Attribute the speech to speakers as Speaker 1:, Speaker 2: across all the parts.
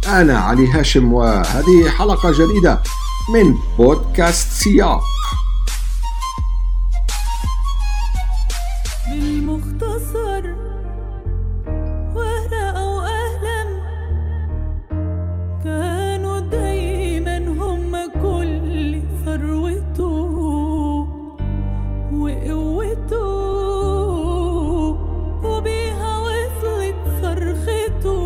Speaker 1: أنا علي هاشم، وهذه حلقة جديدة من بودكاست سياق.
Speaker 2: بالمختصر وأهلا أو أهلا كانوا دايما هم كل ثروته وقوته، وبيها وصلت صرخته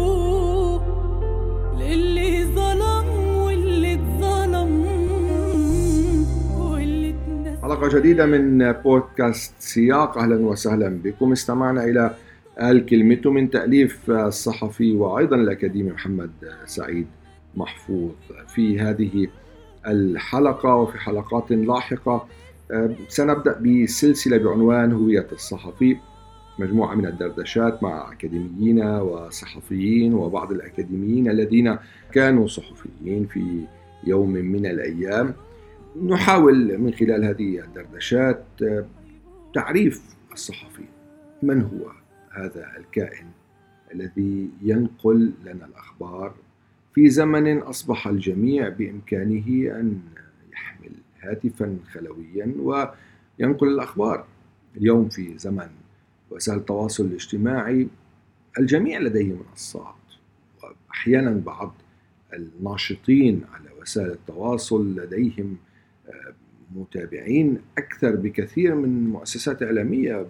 Speaker 2: للي ظلم واللي اتظلم واللي اتنسى.
Speaker 1: حلقة جديدة من بودكاست سياق. أهلا وسهلا بكم. استمعنا إلى الكلمة من تأليف الصحفي وأيضا الأكاديمي محمد سعيد محفوظ. في هذه الحلقة وفي حلقات لاحقة سنبدأ بسلسلة بعنوان هوية الصحفي، مجموعة من الدردشات مع أكاديميين وصحفيين وبعض الأكاديميين الذين كانوا صحفيين في يوم من الأيام. نحاول من خلال هذه الدردشات تعريف الصحفي. من هو هذا الكائن الذي ينقل لنا الأخبار في زمن أصبح الجميع بإمكانه أن يحمل هاتفا خلويا وينقل الأخبار؟ اليوم في زمن وسائل التواصل الاجتماعي الجميع لديه منصات، وأحيانا بعض الناشطين على وسائل التواصل لديهم متابعين أكثر بكثير من مؤسسات إعلامية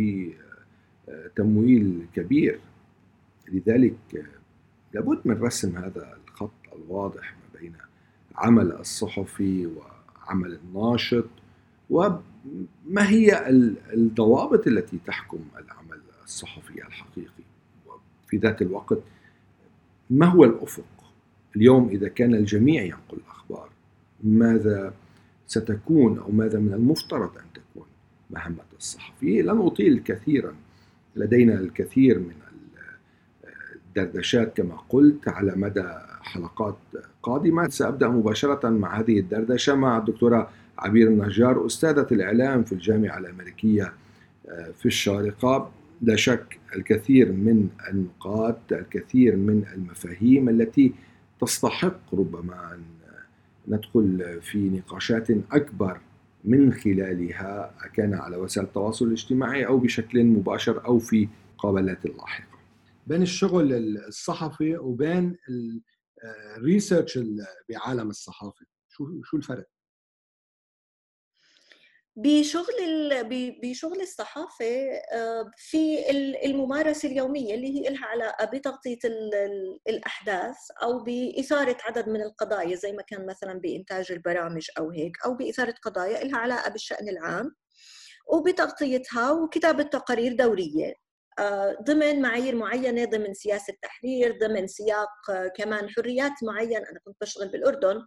Speaker 1: بتمويل كبير. لذلك لابد من رسم هذا الخط الواضح ما بين عمل الصحفي وعمل الناشط، وما هي الضوابط التي تحكم العمل الصحفي الحقيقي، وفي ذات الوقت ما هو الأفق اليوم إذا كان الجميع ينقل الأخبار؟ ماذا ستكون أو ماذا من المفترض أن تكون مهمة الصحفي؟ لن أطيل كثيرا، لدينا الكثير من الدردشات كما قلت على مدى حلقات قادمة. سأبدأ مباشرة مع هذه الدردشة مع الدكتورة عبير النجار، أستاذة الإعلام في الجامعة الأمريكية في الشارقة. لا شك الكثير من النقاط، الكثير من المفاهيم التي تستحق ربما أن ندخل في نقاشات أكبر من خلالها، كان على وسائل التواصل الاجتماعي أو بشكل مباشر أو في مقابلات لاحقة. بين الشغل الصحفي وبين الريسيرش بعالم الصحافة، شو الفرق؟
Speaker 3: بشغل الصحافة في الممارسة اليومية اللي هي لها علاقة بتغطية الأحداث أو بإثارة عدد من القضايا، زي ما كان مثلا بإنتاج البرامج أو هيك، أو بإثارة قضايا لها علاقة بالشأن العام وبتغطيتها وكتابة تقارير دورية ضمن معايير معينة، ضمن سياسة تحرير، ضمن سياق كمان حريات معين. أنا كنت بشتغل بالأردن.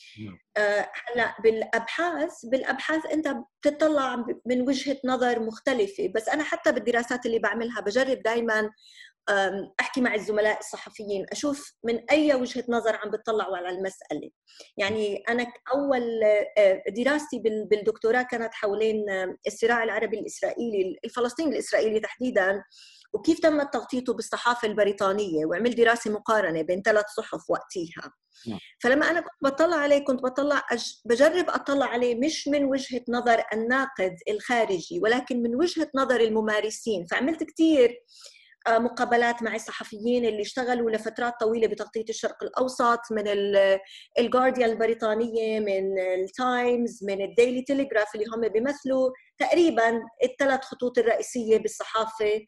Speaker 3: هلا بالابحاث انت بتطلع من وجهه نظر مختلفه، بس انا حتى بالدراسات اللي بعملها بجرب دائما احكي مع الزملاء الصحفيين، اشوف من اي وجهه نظر عم بتطلعوا على المساله. يعني انا اول دراستي بالدكتوراه كانت حوالين الصراع العربي الاسرائيلي الفلسطيني الاسرائيلي تحديدا، وكيف تمت تغطيته بالصحافه البريطانيه، وعملت دراسه مقارنه بين 3 صحف وقتها. فلما أنا كنت بطلع عليه كنت بجرب أطلع عليه مش من وجهة نظر الناقد الخارجي، ولكن من وجهة نظر الممارسين. فعملت كتير مقابلات مع الصحفيين اللي اشتغلوا لفترات طويلة بتغطية الشرق الأوسط، من الجارديان البريطانية، من التايمز، من الديلي تيليغراف، اللي هم بيمثلوا تقريبا ال3 خطوط الرئيسية بالصحافة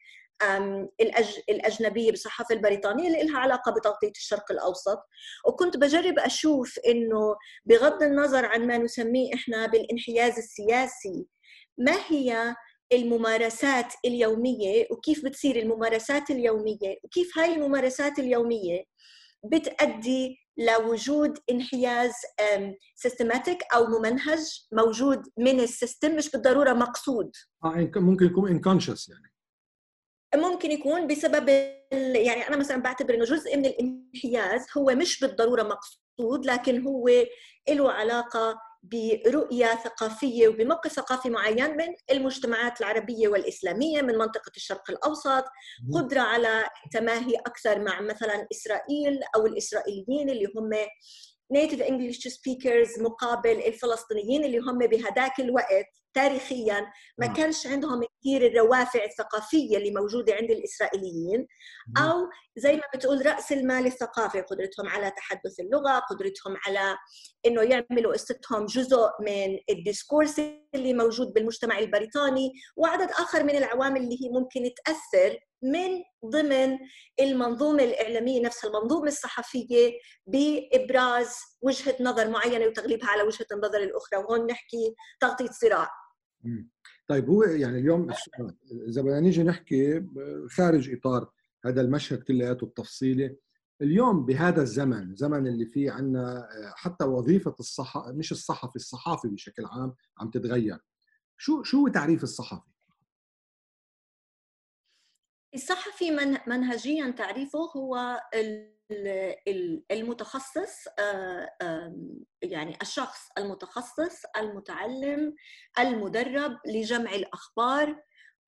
Speaker 3: الأجنبية، بالصحافة البريطانية اللي لها علاقة بتغطية الشرق الأوسط. وكنت بجرب أشوف إنه بغض النظر عن ما نسميه إحنا بالانحياز السياسي، ما هي الممارسات اليومية وكيف بتصير الممارسات اليومية، وكيف هاي الممارسات اليومية بتؤدي لوجود انحياز سيستماتيك أو ممنهج موجود من السيستم، مش بالضرورة مقصود.
Speaker 1: ممكن يكون unconscious، يعني
Speaker 3: ممكن يكون بسبب يعني أنا مثلا بعتبر إنه جزء من الانحياز هو مش بالضرورة مقصود، لكن هو له علاقة برؤية ثقافية وبموقف ثقافي معين من المجتمعات العربية والإسلامية من منطقة الشرق الأوسط، قدرة على التماهي أكثر مع مثلا إسرائيل أو الإسرائيليين اللي هم native English speakers مقابل الفلسطينيين اللي هم بهداك الوقت تاريخياً ما كانش عندهم كثير الروافع الثقافية اللي موجودة عند الإسرائيليين، أو زي ما بتقول رأس المال الثقافي، قدرتهم على تحدث اللغة، قدرتهم على إنه يعملوا قصتهم جزء من الديسكورس اللي موجود بالمجتمع البريطاني، وعدد آخر من العوامل اللي هي ممكن تأثر من ضمن المنظومة الإعلامية نفسها، المنظومة الصحفية، بإبراز وجهة نظر معينة وتغليبها على وجهة النظر الأخرى، وهون نحكي تغطية صراع.
Speaker 1: طيب هو يعني اليوم إذا بدنا نيجي نحكي خارج إطار هذا المشهد كلياته التفصيلي، اليوم بهذا الزمن، زمن اللي فيه عنا حتى وظيفة مش الصحافي بشكل عام عم تتغير، شو تعريف الصحفي؟
Speaker 3: الصحفي منهجياً تعريفه هو المتخصص، يعني الشخص المتخصص المتعلم المدرب لجمع الأخبار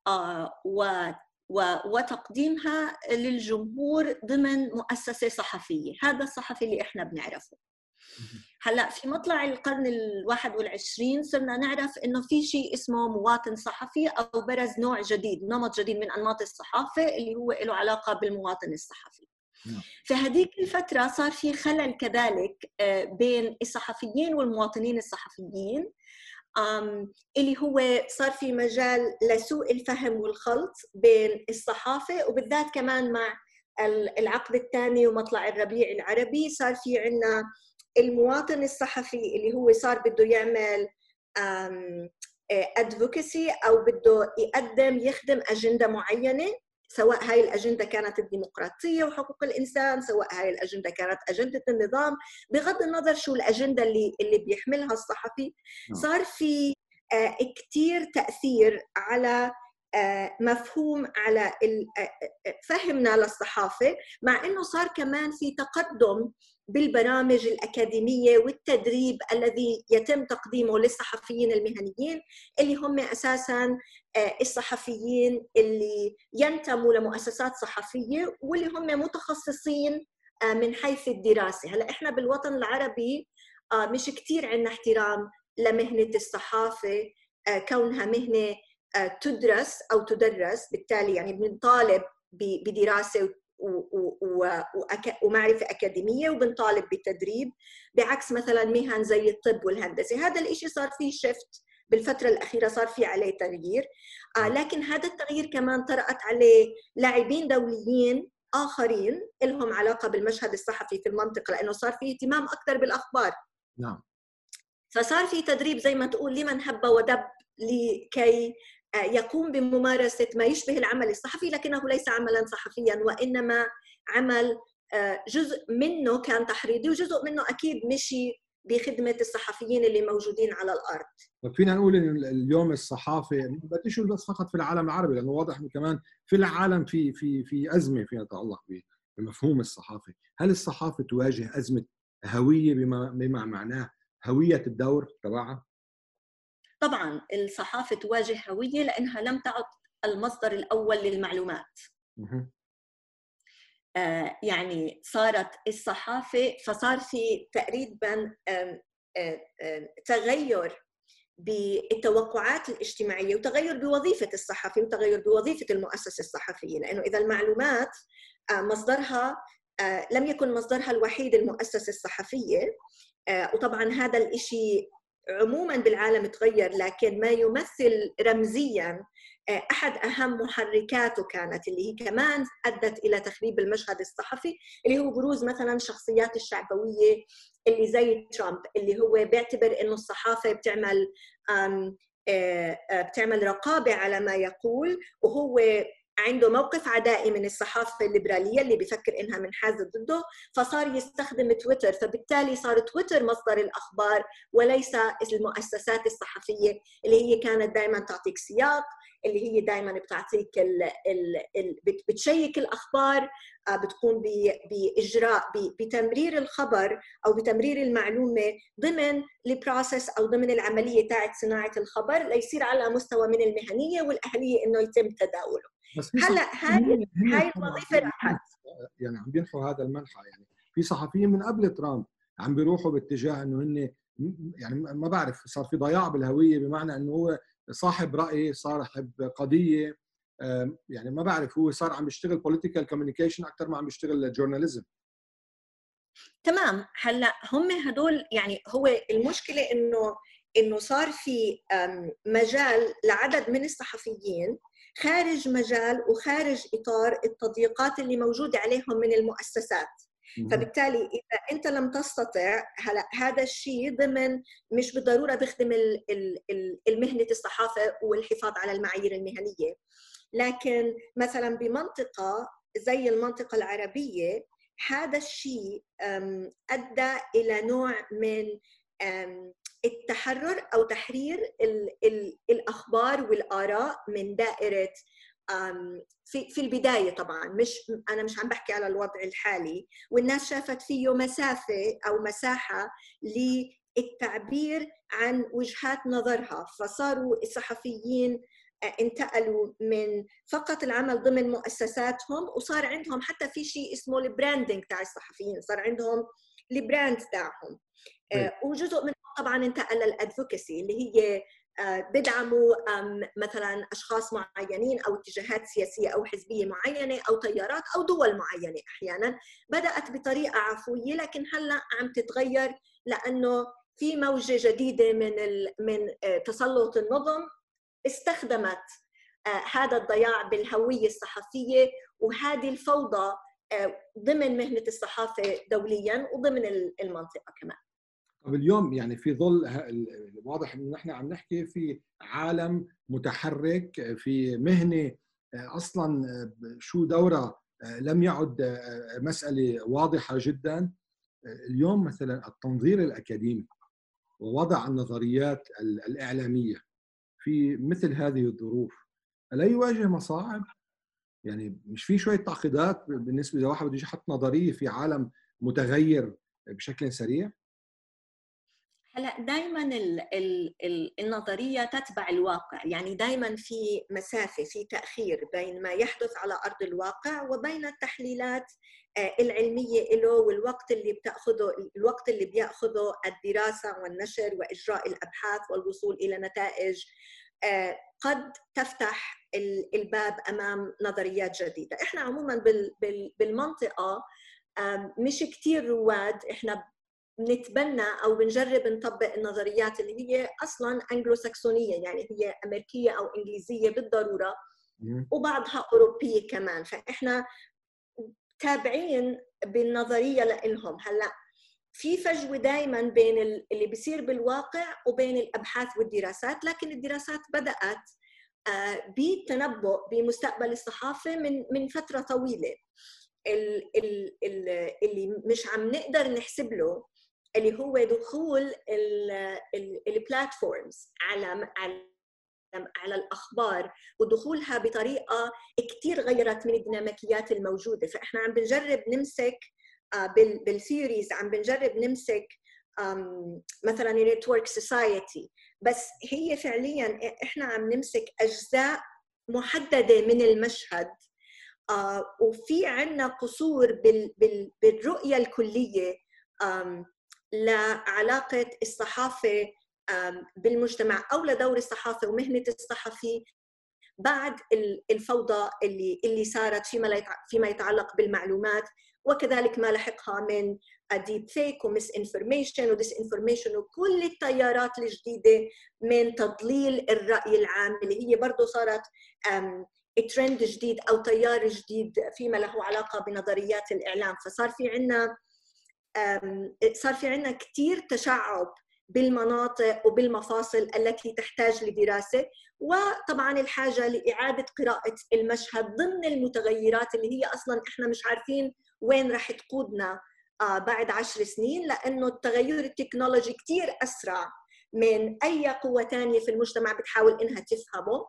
Speaker 3: وتقديمها للجمهور ضمن مؤسسة صحفية. هذا الصحفي اللي إحنا بنعرفه. هلأ في مطلع القرن ال21 صرنا نعرف إنه في شيء اسمه مواطن صحفي، أو برز نوع جديد، نمط جديد من أنماط الصحافة اللي هو له علاقة بالمواطن الصحفي. في هذيك الفترة صار في خلل كذلك بين الصحفيين والمواطنين الصحفيين، اللي هو صار في مجال لسوء الفهم والخلط بين الصحافة، وبالذات كمان مع العقد الثاني ومطلع الربيع العربي صار في عنا المواطن الصحفي اللي هو صار بده يعمل advocacy أو بده يخدم أجندة معينة، سواء هاي الأجندة كانت الديمقراطية وحقوق الإنسان، سواء هاي الأجندة كانت أجندة النظام، بغض النظر شو الأجندة اللي بيحملها الصحفي. صار في كتير تأثير على مفهوم، على فهمنا للصحافة، مع أنه صار كمان في تقدم بالبرامج الأكاديمية والتدريب الذي يتم تقديمه للصحفيين المهنيين اللي هم أساساً الصحفيين اللي ينتموا لمؤسسات صحفية واللي هم متخصصين من حيث الدراسة. هلأ إحنا بالوطن العربي مش كتير عندنا احترام لمهنة الصحافة كونها مهنة تدرس أو تدرس، بالتالي يعني بنطالب بدراسة ومعرفة أكاديمية وبنطالب بالتدريب، بعكس مثلا مهن زي الطب والهندسة. هذا الإشي صار فيه شفت بالفترة الأخيرة، صار فيه عليه تغيير، لكن هذا التغيير كمان طرأت عليه لاعبين دوليين آخرين لهم علاقة بالمشهد الصحفي في المنطقة، لأنه صار فيه اهتمام أكثر بالأخبار.
Speaker 1: نعم.
Speaker 3: فصار في تدريب زي ما تقول لمن هب ودب لكي يقوم بممارسة ما يشبه العمل الصحفي، لكنه ليس عملاً صحفياً، وإنما عمل جزء منه كان تحريضي وجزء منه أكيد مشي بخدمة الصحفيين اللي موجودين على الأرض.
Speaker 1: فينا نقول إن اليوم الصحافة بديش بس فقط في العالم العربي، لأنه واضح إنه كمان في العالم في أزمة فيها تتعلق بمفهوم الصحافة. هل الصحافة تواجه أزمة هوية بما معناه هوية الدور تبعها؟
Speaker 3: طبعاً الصحافة تواجه هوية لأنها لم تعد المصدر الأول للمعلومات. يعني صارت الصحافة، فصار في تقريباً تغير بالتوقعات الاجتماعية وتغير بوظيفة الصحفي وتغير بوظيفة المؤسسة الصحفية، لأنه إذا المعلومات مصدرها لم يكن مصدرها الوحيد المؤسسة الصحفية، وطبعاً هذا الإشي عموماً بالعالم تغير، لكن ما يمثل رمزياً أحد أهم محركاته كانت اللي هي كمان أدت إلى تخريب المشهد الصحفي، اللي هو بروز مثلاً شخصيات الشعبوية اللي زي ترامب، اللي هو بيعتبر إنه الصحافة بتعمل رقابة على ما يقول، وهو عنده موقف عدائي من الصحافة الليبرالية اللي بيفكر إنها منحازة ضده، فصار يستخدم تويتر، فبالتالي صار تويتر مصدر الأخبار وليس المؤسسات الصحفية اللي هي كانت دائما تعطيك سياق، اللي هي دائما بتعطيك بتشيك الأخبار، بتقوم بإجراء بتمرير الخبر أو بتمرير المعلومة ضمن البروسيس أو ضمن العملية تاعت صناعة الخبر ليصير على مستوى من المهنية والأهلية إنه يتم تداوله. هلا هاي الوظيفة راحت،
Speaker 1: يعني عم بينحوا هذا المنحى. يعني في صحفيين من قبل ترامب عم بيروحوا باتجاه انه هن يعني ما بعرف، صار في ضياع بالهويه، بمعنى انه هو صاحب راي، صاحب قضيه، يعني ما بعرف، هو صار عم بيشتغل بوليتيكال كوميونيكيشن اكثر ما عم بيشتغل جورناليزم.
Speaker 3: تمام. هلا هم هدول يعني هو المشكله انه صار في مجال لعدد من الصحفيين خارج مجال وخارج اطار التضييقات اللي موجوده عليهم من المؤسسات. فبالتالي اذا انت لم تستطع، هلا هذا الشيء ضمن مش بالضروره بيخدم المهنه الصحافه والحفاظ على المعايير المهنيه، لكن مثلا بمنطقه زي المنطقه العربيه هذا الشيء ادى الى نوع من التحرر او تحرير الاخبار والاراء من دائره في البدايه. طبعا انا مش عم بحكي على الوضع الحالي، والناس شافت فيه مسافه او مساحه للتعبير عن وجهات نظرها، فصاروا الصحفيين انتقلوا من فقط العمل ضمن مؤسساتهم وصار عندهم حتى في شيء اسمه البراندنج تاع الصحفيين، صار عندهم البراند تاعهم. وجزء منهم طبعا انتقل للادفوكسي اللي هي بدعموا مثلا اشخاص معينين او اتجاهات سياسيه او حزبيه معينه او تيارات او دول معينه. احيانا بدات بطريقه عفويه لكن هلا عم تتغير لانه في موجه جديده من تسلط النظم استخدمت هذا الضياع بالهوية الصحفية وهذه الفوضى ضمن مهنة الصحافة دولياً وضمن المنطقة كمان.
Speaker 1: طب اليوم يعني في ظل واضح انه نحن عم نحكي في عالم متحرك، في مهنة اصلا شو دورها لم يعد مسألة واضحة جدا. اليوم مثلا التنظير الأكاديمي ووضع النظريات الإعلامية في مثل هذه الظروف ألا يواجه مصاعب؟ يعني مش في شوية تعقيدات بالنسبة إذا واحد بده يجي يحط نظرية في عالم متغير بشكل سريع؟
Speaker 3: هلا دائما النظرية تتبع الواقع، يعني دائما في مسافة، في تأخير بين ما يحدث على أرض الواقع وبين التحليلات العلمية له والوقت اللي بيأخذه الدراسة والنشر وإجراء الأبحاث والوصول إلى نتائج قد تفتح الباب أمام نظريات جديدة. إحنا عموما بالمنطقة مش كتير رواد إحنا نتبنى أو بنجرب نطبق النظريات اللي هي أصلاً أنجلو ساكسونية، يعني هي أمريكية أو إنجليزية بالضرورة وبعضها أوروبية كمان، فإحنا تابعين بالنظرية لإلهم. هلأ في فجوة دائماً بين اللي بيصير بالواقع وبين الأبحاث والدراسات، لكن الدراسات بدأت بالتنبؤ بمستقبل الصحافة من فترة طويلة. اللي مش عم نقدر نحسب له اللي هو دخول البلاتفورمز على الأخبار ودخولها بطريقة كتير غيرت من الديناميكيات الموجودة. فإحنا عم بنجرب نمسك بالثيوريز، عم بنجرب نمسك مثلا نتورك سوسايتي، بس هي فعليا إحنا عم نمسك أجزاء محددة من المشهد، وفي عنا قصور بالرؤية الكلية لعلاقة الصحافة بالمجتمع أو لدور الصحافة ومهنة الصحفي بعد الفوضى اللي صارت فيما يتعلق بالمعلومات، وكذلك ما لحقها من ديب فيك ومس انفورميشن وديس انفورميشن وكل التيارات الجديدة من تضليل الرأي العام اللي هي برضو صارت ترند جديد أو تيار جديد فيما له علاقة بنظريات الإعلام. فصار في عنا كتير تشعب بالمناطق وبالمفاصل التي تحتاج لدراسة، وطبعا الحاجة لإعادة قراءة المشهد ضمن المتغيرات اللي هي أصلا إحنا مش عارفين وين رح تقودنا بعد 10 سنين، لأنه التغير التكنولوجي كتير أسرع من أي قوة تانية في المجتمع بتحاول إنها تفهمه.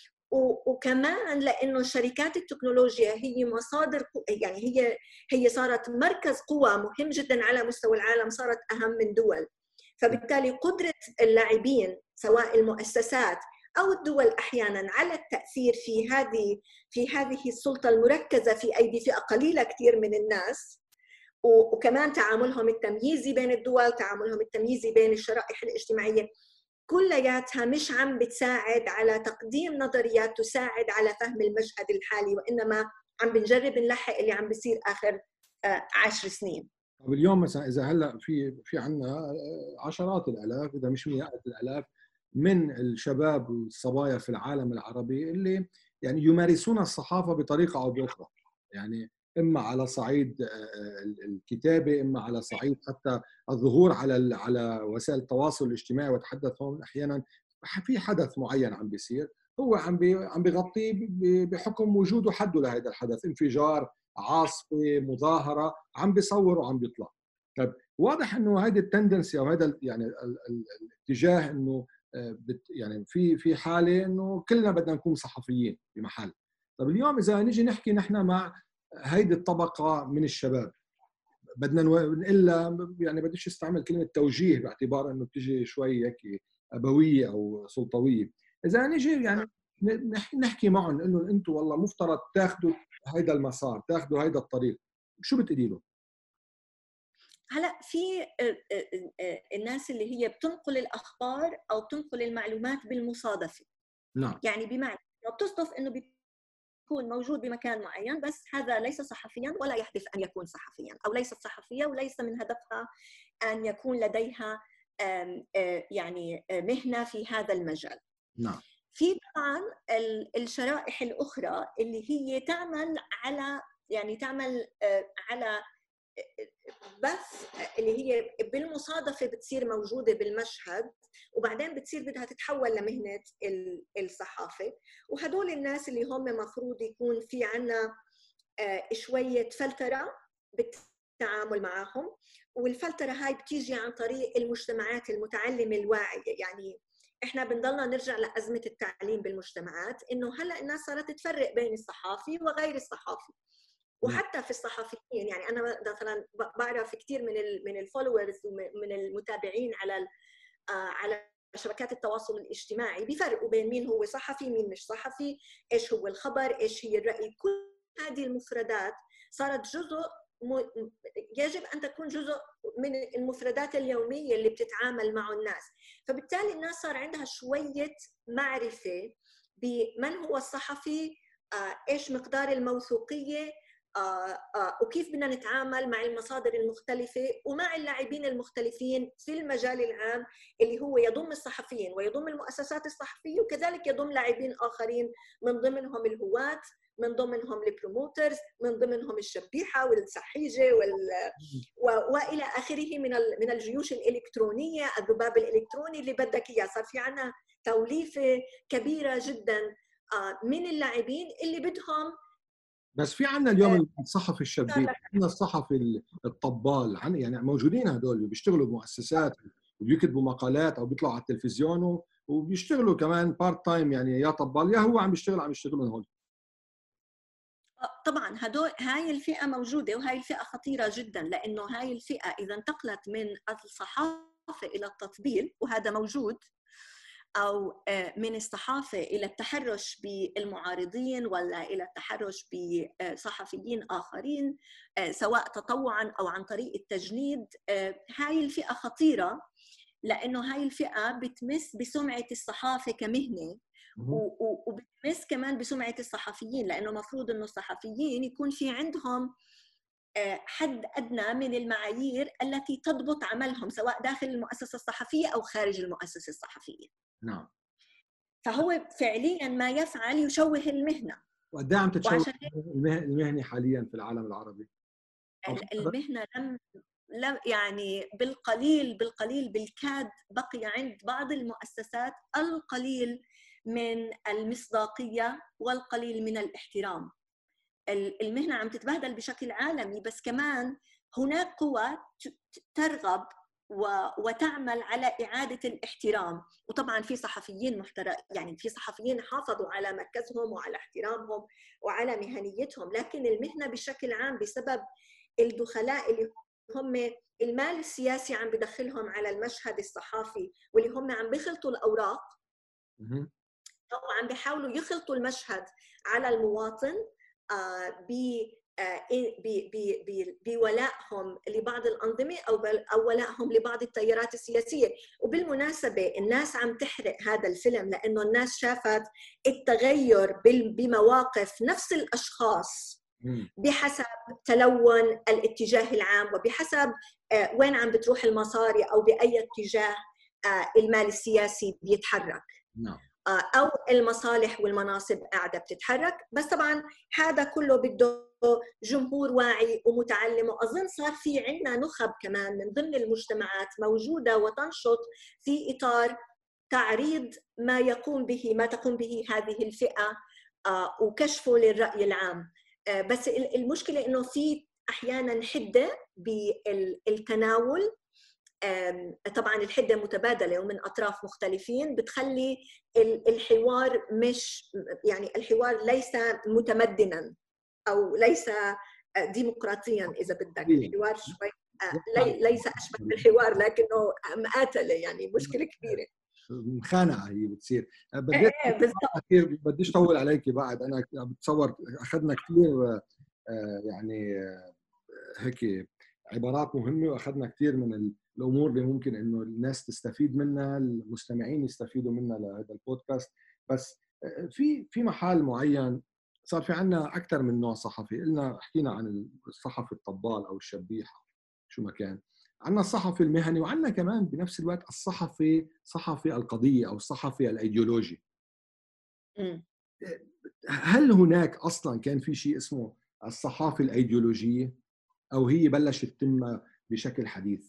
Speaker 3: وكمان لأنه شركات التكنولوجيا هي مصادر، يعني هي صارت مركز قوة مهم جدا على مستوى العالم، صارت أهم من دول. فبالتالي قدرة اللاعبين سواء المؤسسات أو الدول أحياناً على التأثير في هذه السلطة المركزة في أيدي فئة قليلة كثير من الناس، وكمان تعاملهم التمييزي بين الدول، تعاملهم التمييزي بين الشرائح الاجتماعية، كلياتها مش عم بتساعد على تقديم نظريات تساعد على فهم المشهد الحالي، وإنما عم بنجرب نلحق اللي عم بيصير آخر 10 سنين.
Speaker 1: طب اليوم مثلا اذا هلا في عندنا عشرات الالاف اذا مش مئات الالاف من الشباب والصبايا في العالم العربي اللي يعني يمارسون الصحافه بطريقه او باخرى، يعني اما على صعيد الكتابه، اما على صعيد حتى الظهور على وسائل التواصل الاجتماعي وتحدث هون احيانا في حدث معين عم بيصير، هو عم بيغطيه بحكم وجوده حده لهذا الحدث، انفجار، عاصفه، مظاهره، عم بيصور وعم بيطلع. طيب واضح انه هذه التندنسي او هذا يعني الاتجاه انه يعني في حاله انه كلنا بدنا نكون صحفيين بمحل. طيب اليوم اذا نيجي نحكي نحن مع هيدي الطبقه من الشباب، بدنا الا يعني بديش استعمل كلمه توجيه باعتبار انه بتيجي شوي هيك ابويه او سلطويه، اذا نيجي يعني نحكي معهم نقول لهم انتم والله مفترض تاخذوا هيدا المسار، تاخذوا هيدا الطريق، شو بتقولي له؟
Speaker 3: هلا في الناس اللي هي بتنقل الاخبار او بتنقل المعلومات بالمصادفه.
Speaker 1: نعم.
Speaker 3: يعني بمعنى بتصدف انه بيكون موجود بمكان معين، بس هذا ليس صحفيا ولا يحدث ان يكون صحفيا، او ليست صحفيه وليس من هدفها ان يكون لديها يعني مهنه في هذا المجال.
Speaker 1: نعم.
Speaker 3: في طبعا الشرائح الاخرى اللي هي تعمل على بس اللي هي بالمصادفه بتصير موجوده بالمشهد، وبعدين بتصير بدها تتحول لمهنه الصحافه. وهدول الناس اللي هم مفروض يكون في عنا شويه فلتره بالتعامل معهم، والفلتره هاي بتيجي عن طريق المجتمعات المتعلمه الواعيه. يعني احنا بنضلنا نرجع لازمه التعليم بالمجتمعات، انه هلا الناس صارت تفرق بين الصحافي وغير الصحافي، وحتى في الصحفيين. يعني انا مثلا بعرف كثير من الفولورز ومن المتابعين على شبكات التواصل الاجتماعي بيفرقوا بين مين هو صحفي مين مش صحفي، ايش هو الخبر، ايش هي الرأي. كل هذه المفردات صارت يجب ان تكون جزء من المفردات اليوميه اللي بتتعامل معه الناس. فبالتالي الناس صار عندها شويه معرفه بمن هو الصحفي، ايش مقدار الموثوقيه، وكيف بدنا نتعامل مع المصادر المختلفة ومع اللاعبين المختلفين في المجال العام اللي هو يضم الصحفيين ويضم المؤسسات الصحفية، وكذلك يضم لاعبين آخرين من ضمنهم الهواة، من ضمنهم البروموترز، من ضمنهم الشبيحة والسحيجة وإلى آخره من الجيوش الإلكترونية، الذباب الإلكتروني اللي بدك إياه. صار في عنا توليفة كبيرة جدا من اللاعبين اللي بدهم.
Speaker 1: بس في عندنا اليوم الصحفي الشبيح، عندنا الصحفي الطبال، يعني موجودين هدول بيشتغلوا بمؤسسات وبيكتبوا مقالات او بيطلعوا على التلفزيون وبيشتغلوا كمان بارت تايم، يعني يا طبال يا هو عم يشتغلوا من هون.
Speaker 3: طبعا هاي الفئة موجودة، وهاي الفئة خطيرة جدا، لأنه هاي الفئة إذا انتقلت من الصحافة إلى التطبيل، وهذا موجود، أو من الصحافة إلى التحرش بالمعارضين ولا إلى التحرش بصحفيين آخرين سواء تطوعاً أو عن طريق التجنيد، هاي الفئة خطيرة، لأنه هاي الفئة بتمس بسمعة الصحافة كمهنة، وبتمس كمان بسمعة الصحفيين، لأنه مفروض أنه الصحفيين يكون في عندهم حد أدنى من المعايير التي تضبط عملهم سواء داخل المؤسسة الصحفية أو خارج المؤسسة الصحفية.
Speaker 1: نعم.
Speaker 3: فهو فعلياً ما يفعل يشوه المهنة.
Speaker 1: وقد ايه عم تتشوه المهنة حالياً في العالم العربي؟
Speaker 3: المهنة يعني بالقليل بالكاد بقي عند بعض المؤسسات القليل من المصداقية والقليل من الاحترام. المهنة عم تتبهدل بشكل عالمي، بس كمان هناك قوى ترغب وتعمل على إعادة الاحترام. وطبعا في صحفيين يعني في صحفيين حافظوا على مركزهم وعلى احترامهم وعلى مهنيتهم، لكن المهنة بشكل عام بسبب الدخلاء اللي هم المال السياسي عم بدخلهم على المشهد الصحافي، واللي هم عم بيخلطوا الأوراق أو عم بيحاولوا يخلطوا المشهد على المواطن بولائهم لبعض الأنظمة أو ولائهم لبعض التيارات السياسية. وبالمناسبة الناس عم تحرق هذا الفيلم لأنه الناس شافت التغير بمواقف نفس الأشخاص بحسب تلون الاتجاه العام وبحسب وين عم بتروح المصاري أو بأي اتجاه المال السياسي بيتحرك. أو المصالح والمناصب قاعدة بتتحرك. بس طبعاً هذا كله بده جمهور واعي ومتعلم، وأظن صار في عنا نخب كمان من ضمن المجتمعات موجودة وتنشط في إطار تعريض ما تقوم به هذه الفئة وكشفه للرأي العام. بس المشكلة إنه في أحياناً حدة بالتناول. طبعاً الحدة متبادلة ومن أطراف مختلفين بتخلي الحوار يعني الحوار ليس متمدناً أو ليس ديمقراطياً إذا بدك. الحوار شوي ليس أشبه بالحوار لكنه مقاتلة، يعني مشكلة كبيرة،
Speaker 1: مخانعة هي بتصير. بديش طول عليكي بعد. أنا بتصور أخذنا كثير يعني هيك عبارات مهمة، وأخذنا كثير من الأمور اللي ممكن إنه الناس تستفيد منها، المستمعين يستفيدوا منها لهذا البودكاست. بس في محل معين صار في عنا أكثر من نوع صحفي. حكينا عن الصحفي الطبال أو الشبيح شو ما كان، عنا الصحفي المهني، وعنا كمان بنفس الوقت صحفي القضية أو الصحفي الأيديولوجي. هل هناك أصلاً كان في شيء اسمه الصحافة الأيديولوجية أو هي بلشت تتم بشكل حديث؟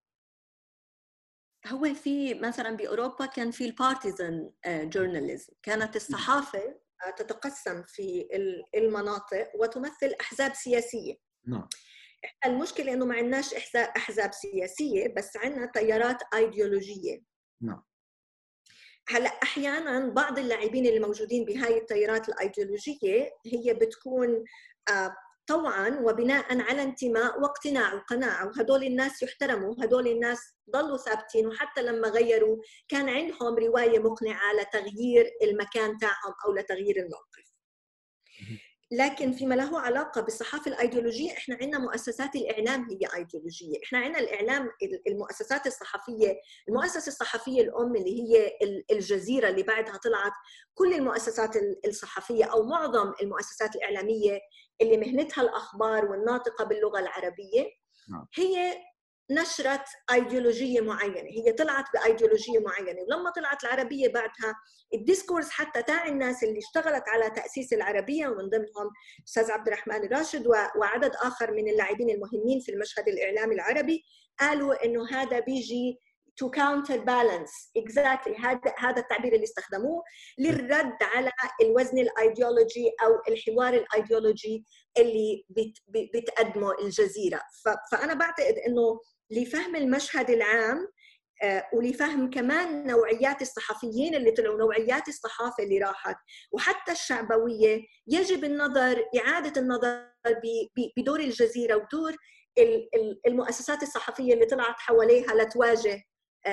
Speaker 3: هو في مثلا بأوروبا كان في البارتيزان جورناليزم، كانت الصحافة تتقسم في المناطق وتمثل أحزاب سياسية.
Speaker 1: نعم.
Speaker 3: المشكلة إنه ما عندناش أحزاب سياسية، بس عندنا تيارات أيديولوجية.
Speaker 1: نعم.
Speaker 3: هلا أحياناً بعض اللاعبين اللي موجودين بهاي التيارات الأيديولوجية هي بتكون طوعاً وبناء على انتماء واقتناع وقناعة، وهدول الناس يحترموا، هدول الناس ضلوا ثابتين، وحتى لما غيروا كان عندهم رواية مقنعة لتغيير المكان تاعهم أو لتغيير الموقف. لكن فيما له علاقة بالصحافة الأيديولوجية، إحنا عندنا مؤسسات الإعلام هي أيديولوجية. إحنا عندنا الإعلام، المؤسسات الصحفية، المؤسسة الصحفية الأم اللي هي الجزيرة اللي بعدها طلعت كل المؤسسات الصحفية أو معظم المؤسسات الإعلامية اللي مهنتها الأخبار والناطقة باللغة العربية، هي نشرت أيديولوجية معينة، هي طلعت بأيديولوجية معينة. ولما طلعت العربية بعدها الديسكورس حتى تاع الناس اللي اشتغلت على تأسيس العربية، ومن ضمنهم أستاذ عبد الرحمن الراشد وعدد آخر من اللاعبين المهمين في المشهد الإعلامي العربي، قالوا إنه هذا بيجي to counterbalance exactly هذا التعبير اللي استخدموه للرد على الوزن الايديولوجي او الحوار الايديولوجي اللي بتقدمه الجزيرة. فأنا بعتقد إنه لفهم المشهد العام ولفهم كمان نوعيات الصحفيين اللي طلعوا، نوعيات الصحافة اللي راحت، وحتى الشعبوية، يجب إعادة النظر بدور الجزيرة ودور المؤسسات الصحفية اللي طلعت حواليها لتواجه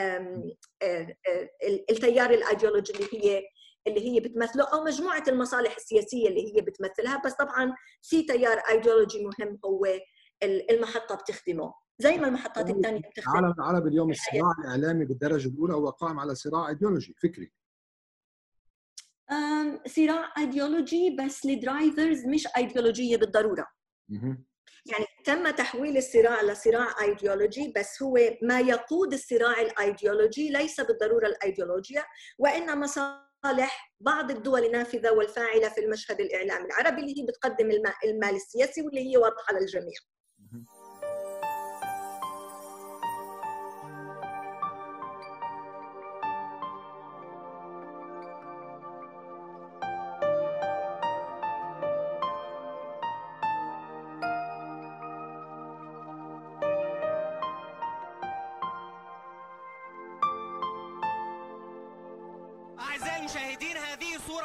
Speaker 3: التيار الايديولوجي اللي هي بتمثله او مجموعه المصالح السياسيه اللي هي بتمثلها. بس طبعا في تيار ايديولوجي مهم هو المحطه بتخدمه، زي ما المحطات الثانيه بتخدم.
Speaker 1: العالم العربي اليوم الصراع الاعلامي بالدرجه الاولى هو قائم على صراع ايديولوجي فكري.
Speaker 3: صراع ايديولوجي، بس الدرايفرز مش ايديولوجيه بالضروره. يعني تم تحويل الصراع لصراع ايديولوجي، بس هو ما يقود الصراع الايديولوجي ليس بالضروره الايديولوجيا، وانما مصالح بعض الدول النافذه والفاعله في المشهد الاعلامي العربي اللي هي بتقدم المال السياسي واللي هي واضحه للجميع.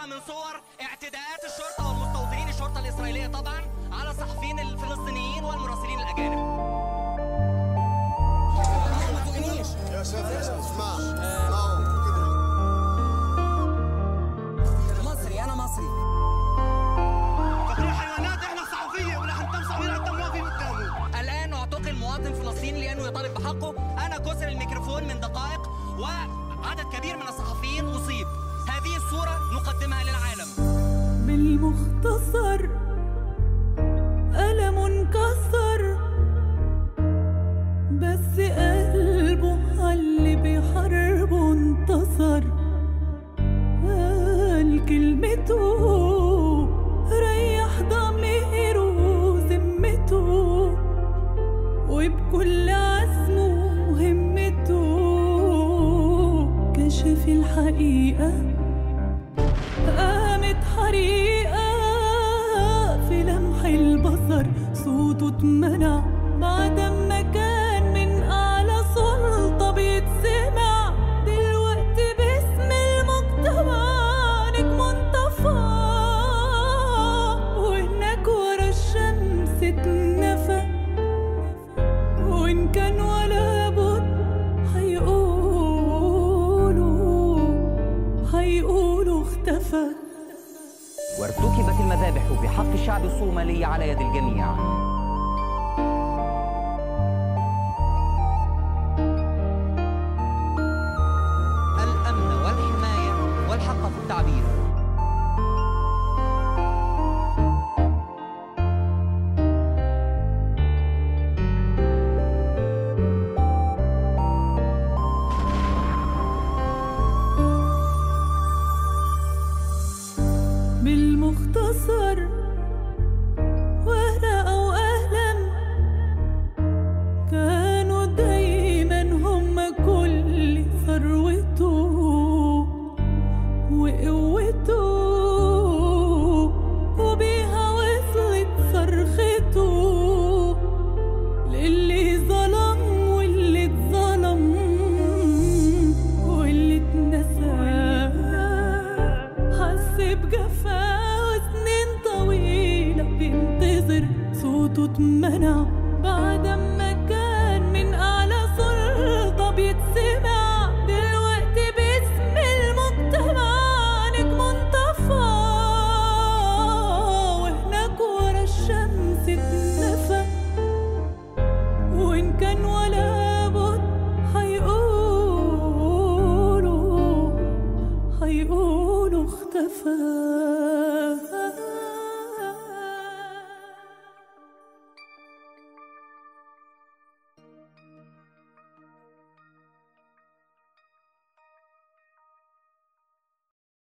Speaker 4: صورة من صور اعتداءات الشرطة والمستوطنين الشرطة الإسرائيلية طبعا على الصحفيين الفلسطينيين والمراسلين الأجانب.
Speaker 5: يا ساتر اسمع
Speaker 4: مصري، أنا مصري.
Speaker 5: فاكرين حيوانات؟ احنا صحفية ولا هنتم صحفيين انت موافي قدامه.
Speaker 4: الآن اعتقل مواطن فلسطيني لأنه يطالب بحقه. أنا كسر الميكروفون من دقائق وعدد كبير من الصحفيين أصيب. هذه الصورة نقدمها للعالم.
Speaker 2: بالمختصر ألم انكسر، بس قلبه عاللي بحربه انتصر. قال كلمته ريح ضميره وذمته، وبكل عزمه وهمته كشف الحقيقة. قامت حريقة في لمح البصر، صوته اتمنع بعد ما كان من أعلى سلطة بيتسمع. دلوقتي باسم المجتمع نجم انطفى، وهناك ورا الشمس اتنفى. وإن كان ولا بد هيقولوا اختفى.
Speaker 4: وارتكبت المذابح بحق الشعب الصومالي على يد الجميع. الأمن والحماية والحق في التعبير.
Speaker 2: بالمختصر ورقة وقلم، كانوا دايما هم كل ثروته وقوته، وبيها وصلت صرخته للي ظلم واللي اتظلم واللي اتنسى. حس بجفا وسنين طويلة بينتظر، صوته اتمنع بعد ما